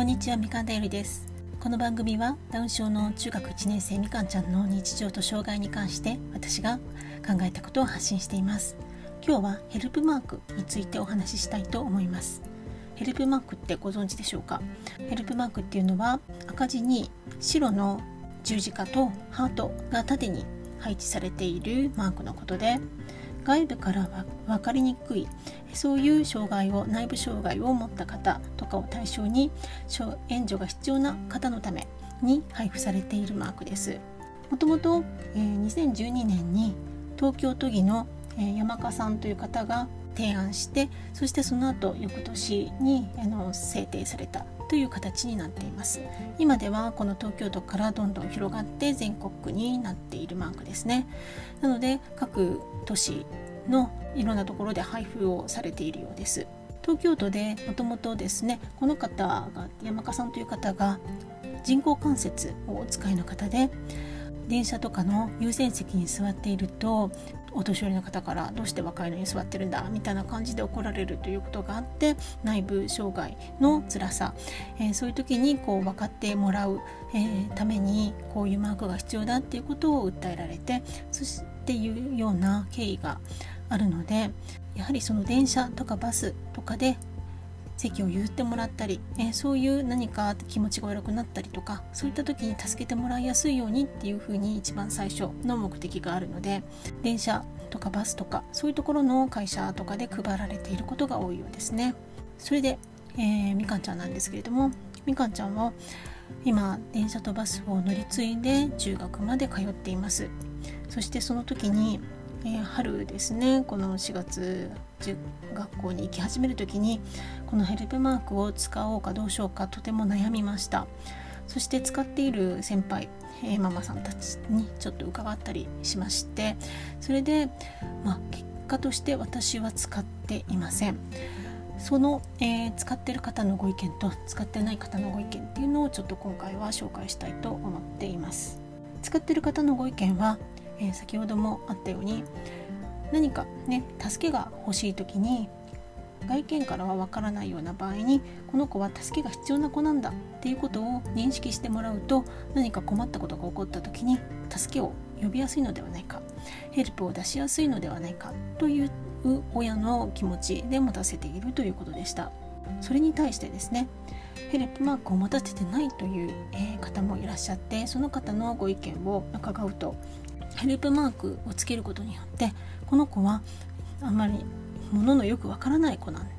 こんにちは、みかんだよりです。この番組はダウン症の中学1年生みかんちゃんの日常と障害に関して私が考えたことを発信しています。今日はヘルプマークについてお話ししたいと思います。ヘルプマークってご存知でしょうか？ヘルプマークっていうのは赤字に白の十字架とハートが縦に配置されているマークのことで、外部からは分かりにくいそういう内部障害を持った方とかを対象に援助が必要な方のために配布されているマークです。もともと2012年に東京都議の山家さんという方が提案して、そしてその後翌年に制定されたという形になっています。今ではこの東京都からどんどん広がって全国区になっているマークですね。なので各都市のいろんなところで配布をされているようです。東京都でもともとですね、この方が山家さんという方が人工関節をお使いの方で、電車とかの優先席に座っているとお年寄りの方からどうして若いのに座ってるんだみたいな感じで怒られるということがあって、内部障害の辛さ、そういう時に分かってもらう、ためにこういうマークが必要だっていうことを訴えられて、そしていうような経緯があるので、やはりその電車とかバスとかで席を譲ってもらったり、そういう何か気持ちが悪くなったりとか、そういった時に助けてもらいやすいようにっていうふうに一番最初の目的があるので、電車とかバスとかそういうところの会社とかで配られていることが多いようですね。それで、みかんちゃんなんですけれども、みかんちゃんは今電車とバスを乗り継いで中学まで通っています。そしてその時に春ですね、この4月学校に行き始める時にこのヘルプマークを使おうかどうしようかとても悩みました。そして使っている先輩、ママさんたちにちょっと伺ったりしまして、それで、結果として私は使っていません。その、使っている方のご意見と使ってない方のご意見っていうのをちょっと今回は紹介したいと思っています。使っている方のご意見は、先ほどもあったように、何かね助けが欲しい時に外見からはわからないような場合に、この子は助けが必要な子なんだっていうことを認識してもらうと、何か困ったことが起こった時に助けを呼びやすいのではないか、ヘルプを出しやすいのではないかという親の気持ちで持たせているということでした。それに対してですね、ヘルプマークを持たせてないという方もいらっしゃって、その方のご意見を伺うと、ヘルプマークをつけることによってこの子はあまり物のよくわからない子なん、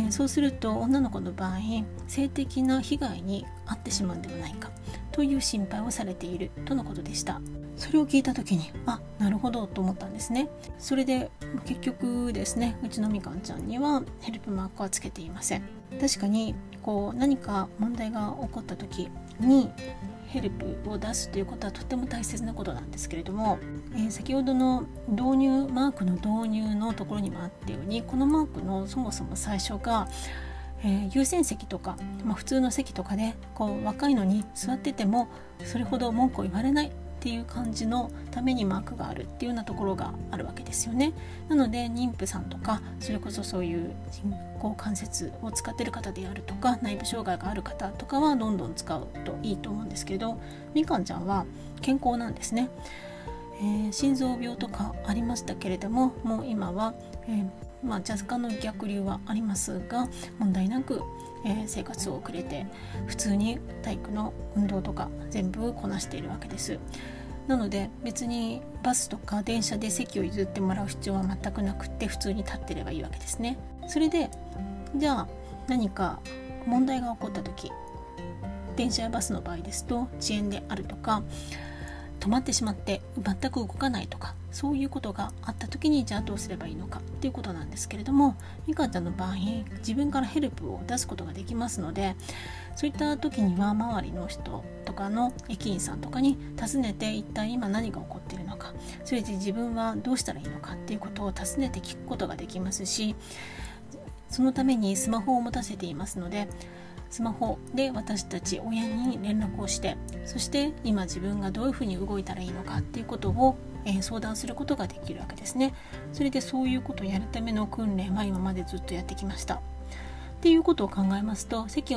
そうすると女の子の場合性的な被害に遭ってしまうんではないかという心配をされているとのことでした。それを聞いた時になるほどと思ったんですね。それで結局ですね、うちのみかんちゃんにはヘルプマークはつけていません。確かに何か問題が起こった時にヘルプを出すということはとても大切なことなんですけれども、先ほどのマークの導入のところにもあったように、このマークのそもそも最初が、優先席とか、普通の席とかで若いのに座っててもそれほど文句を言われないっていう感じのためにマークがあるっていうようなところがあるわけですよね。なので妊婦さんとか、それこそそういう人工関節を使っている方であるとか、内部障害がある方とかはどんどん使うといいと思うんですけど、みかんちゃんは健康なんですね。心臓病とかありましたけれども、もう今は、若干の逆流はありますが問題なく、生活を送れて普通に体育の運動とか全部こなしているわけです。なので別にバスとか電車で席を譲ってもらう必要は全くなくって、普通に立ってればいいわけですね。それでじゃあ何か問題が起こった時、電車やバスの場合ですと遅延であるとか止まってしまって全く動かないとか、そういうことがあった時にじゃあどうすればいいのかっていうことなんですけれども、みかんちゃんの場合自分からヘルプを出すことができますので、そういった時には周りの人とかの駅員さんとかに尋ねて、一体今何が起こっているのか、それで自分はどうしたらいいのかっていうことを尋ねて聞くことができますし、そのためにスマホを持たせていますので、スマホで私たち親に連絡をして、そして今自分がどういうふうに動いたらいいのかっていうことを、相談することができるわけですね。それでそういうことをやるための訓練は今までずっとやってきましたっていうことを考えますと、席を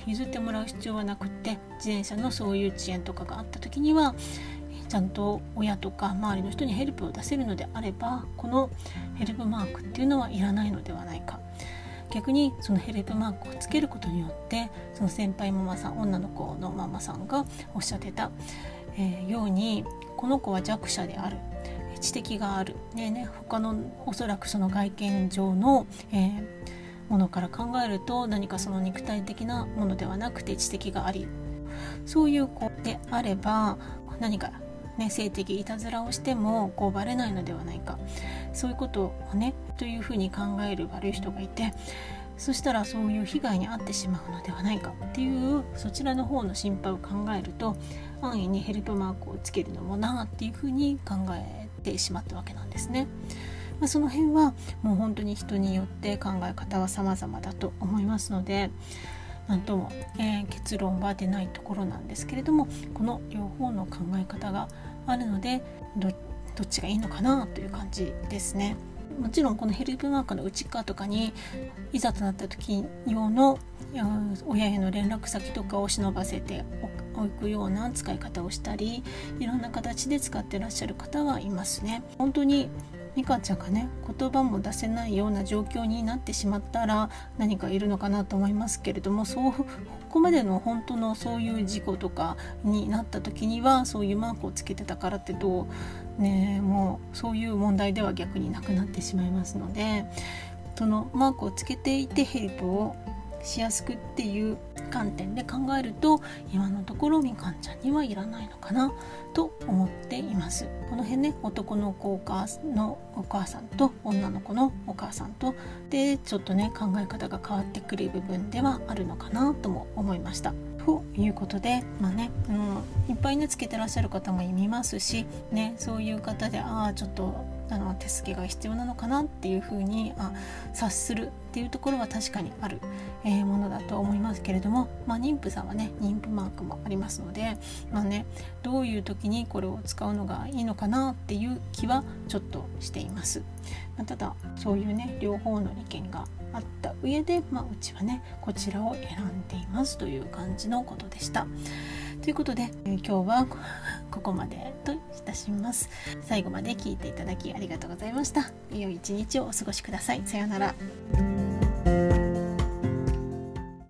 譲ってもらう必要はなくって、自転車のそういう遅延とかがあった時にはちゃんと親とか周りの人にヘルプを出せるのであれば、このヘルプマークっていうのはいらないのではないか。逆にそのヘルプマークをつけることによって、その先輩ママさん、女の子のママさんがおっしゃってた、ように、この子は弱者である、知的がある、他のおそらくその外見上の、ものから考えると、何かその肉体的なものではなくて知的があり、そういう子であれば何か性的いたずらをしてもバレないのではないか、そういうことをというふうに考える悪い人がいて、そしたらそういう被害に遭ってしまうのではないかっていう、そちらの方の心配を考えると、安易にヘルプマークをつけるのもなっていうふうに考えてしまったわけなんですね。その辺はもう本当に人によって考え方は様々だと思いますので、なんとも、結論は出ないところなんですけれども、この両方の考え方があるので、どっちがいいのかなという感じですね。もちろんこのヘルプマークの内側とかに、いざとなった時用の親への連絡先とかを忍ばせておくような使い方をしたり、いろんな形で使ってらっしゃる方はいますね。本当にみかんちゃんが言葉も出せないような状況になってしまったら何かいるのかなと思いますけれども、ここまでの本当のそういう事故とかになった時には、そういうマークをつけてたからってもうそういう問題では逆になくなってしまいますので、そのマークをつけていてヘルプをしやすくっていう観点で考えると、今のところみかんちゃんにはいらないのかなと思っています。この辺男の子のお母さんと女の子のお母さんとでちょっと考え方が変わってくる部分ではあるのかなとも思いました。ということで、いっぱいつけてらっしゃる方も見ますし、そういう方でちょっと手助けが必要なのかなっていうふうに察するっていうところは確かにある、ものだと思いますけれども、妊婦さんは妊婦マークもありますので、どういう時にこれを使うのがいいのかなっていう気はちょっとしています。ただそういう両方の意見があった上で、うちはこちらを選んでいますという感じのことでした。ということで、今日はここまでといたします。最後まで聞いていただきありがとうございました。良い一日をお過ごしください。さようなら。